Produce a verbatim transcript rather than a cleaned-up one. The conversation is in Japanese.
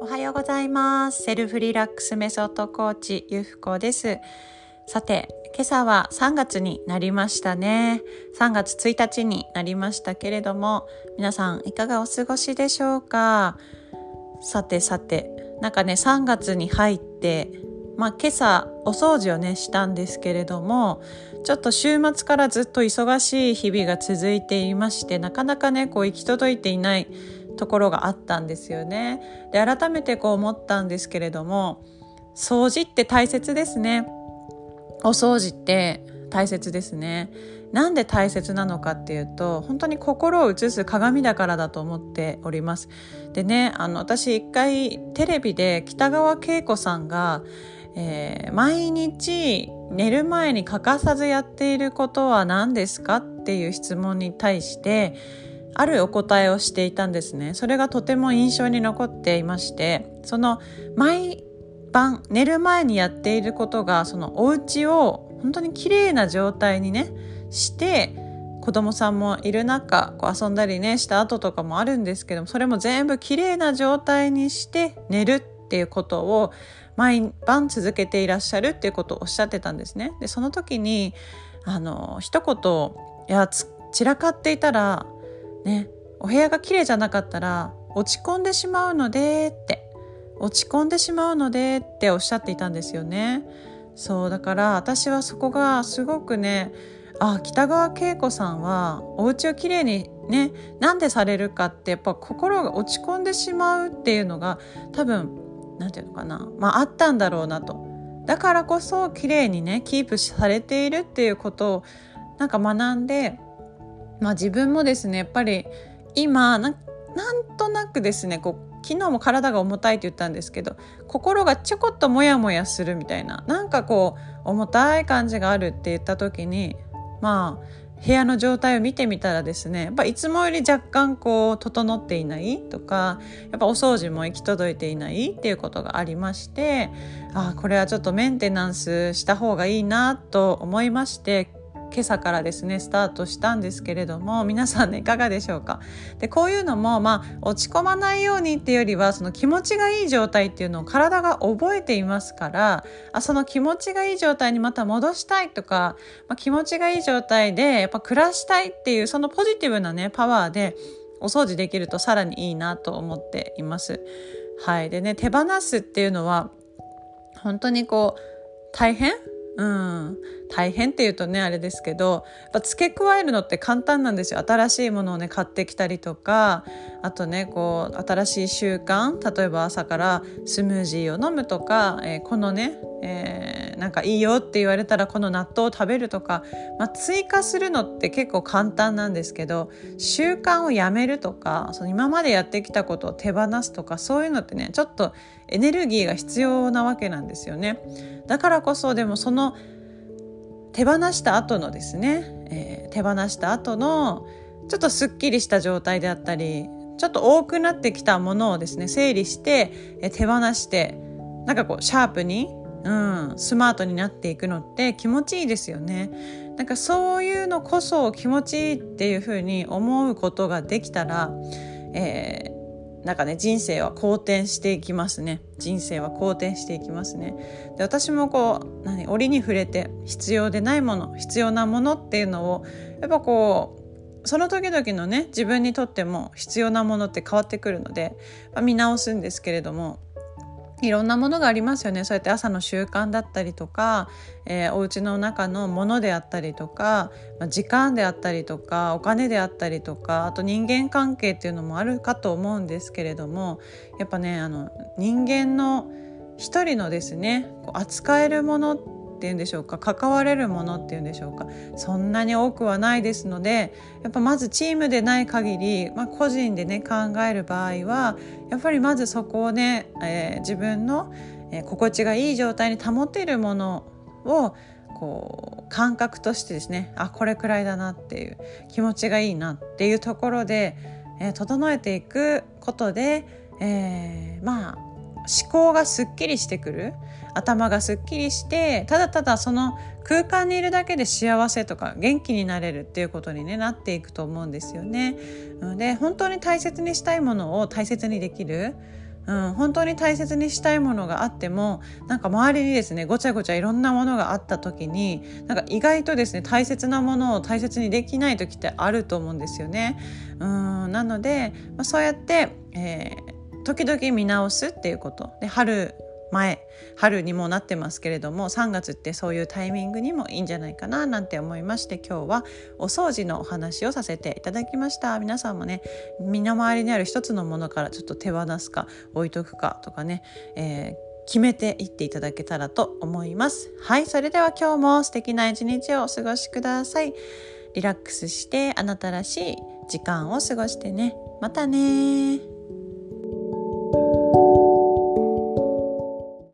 はようございます。セルフリラックスメソッドコーチゆふこです。さて、今朝はさんがつになりましたね。さんがつついたちになりましたけれども、皆さんいかがお過ごしでしょうか。さてさて、なんかねさんがつに入ってまあ今朝お掃除をねしたんですけれども、ちょっと週末からずっと忙しい日々が続いていまして、なかなかねこう行き届いていないところがあったんですよね。で、改めてこう思ったんですけれども、掃除って大切ですね。お掃除って大切ですね。なんで大切なのかっていうと、本当に心を映す鏡だからだと思っております。でね、あの私一回テレビで北川景子さんが、えー、毎日寝る前に欠かさずやっていることは何ですかっていう質問に対してあるお答えをしていたんですね。それがとても印象に残っていまして、その毎晩寝る前にやっていることが、そのお家を本当に綺麗な状態にねして、子供さんもいる中こう遊んだりねした後とかもあるんですけども、それも全部綺麗な状態にして寝るっていうことを毎晩続けていらっしゃるっていうことをおっしゃってたんですね。で、その時にあの一言、いやつ散らかっていたらね、お部屋が綺麗じゃなかったら落ち込んでしまうのでって落ち込んでしまうのでっておっしゃっていたんですよね。そうだから私はそこがすごくね、あ、北川景子さんはお家をきれいにねなんでされるかって、やっぱ心が落ち込んでしまうっていうのが多分なんていうのかな、まああったんだろうなと。だからこそきれいにねキープされているっていうことをなんか学んで、まあ自分もですねやっぱり今 な, なんとなくですね、こう昨日も体が重たいって言ったんですけど、心がちょこっとモヤモヤするみたいな、なんかこう重たい感じがあるって言った時に、まあ部屋の状態を見てみたらですね、やっぱいつもより若干こう整っていないとか、やっぱお掃除も行き届いていないっていうことがありまして、あ、これはちょっとメンテナンスした方がいいなと思いまして、今朝からですねスタートしたんですけれども、皆さんねいかがでしょうか。で、こういうのもまあ落ち込まないようにっていうよりは、その気持ちがいい状態っていうのを体が覚えていますから、あ、その気持ちがいい状態にまた戻したいとか、まあ、気持ちがいい状態でやっぱ暮らしたいっていう、そのポジティブなねパワーでお掃除できるとさらにいいなと思っています。はい。でね、手放すっていうのは本当にこう大変うん、大変っていうとねあれですけど、やっぱ付け加えるのって簡単なんですよ。新しいものをね買ってきたりとか、あとねこう新しい習慣、例えば朝からスムージーを飲むとか、えー、このね、えー、なんかいいよって言われたらこの納豆を食べるとか、まあ、追加するのって結構簡単なんですけど、習慣をやめるとか、その今までやってきたことを手放すとか、そういうのってねちょっとエネルギーが必要なわけなんですよね。だからこそ、でもその手放した後のですね、えー、手放した後のちょっとすっきりした状態であったり、ちょっと多くなってきたものをですね整理して、えー、手放して、なんかこうシャープに、うん、スマートになっていくのって気持ちいいですよね。なんかそういうのこそ気持ちいいっていうふうに思うことができたら、えーなんかね人生は好転していきますね。人生は好転していきますね。で、私もこう何折に触れて必要でないもの、必要なものっていうのをやっぱこうその時々のね自分にとっても必要なものって変わってくるので、まあ、見直すんですけれども、いろんなものがありますよね。そうやって朝の習慣だったりとか、えー、お家の中のものであったりとか、まあ、時間であったりとか、お金であったりとか、あと人間関係っていうのもあるかと思うんですけれども、やっぱねあの人間の一人のですねこう扱えるものっていうんでしょうか、関われるものっていうんでしょうか、そんなに多くはないですので、やっぱまずチームでない限り、まあ、個人でね考える場合はやっぱりまずそこをね、えー、自分の、えー、心地がいい状態に保ているものをこう感覚としてですね、あ、これくらいだなっていう、気持ちがいいなっていうところで、えー、整えていくことで、えー、まあ思考がすっきりしてくる、頭がすっきりして、ただただその空間にいるだけで幸せとか元気になれるっていうことに、ね、なっていくと思うんですよね。で、本当に大切にしたいものを大切にできる、 うん、本当に大切にしたいものがあってもなんか周りにですねごちゃごちゃいろんなものがあった時になんか意外とですね大切なものを大切にできない時ってあると思うんですよね。うんなので、まあ、そうやって、えー、時々見直すっていうことで、春前春にもなってますけれどもさんがつってそういうタイミングにもいいんじゃないかななんて思いまして、今日はお掃除のお話をさせていただきました。皆さんもね身の回りにある一つのものからちょっと手放すか置いとくかとかね、えー決めていっていただけたらと思います。はい、それでは今日も素敵な一日をお過ごしください。リラックスしてあなたらしい時間を過ごしてね。またね。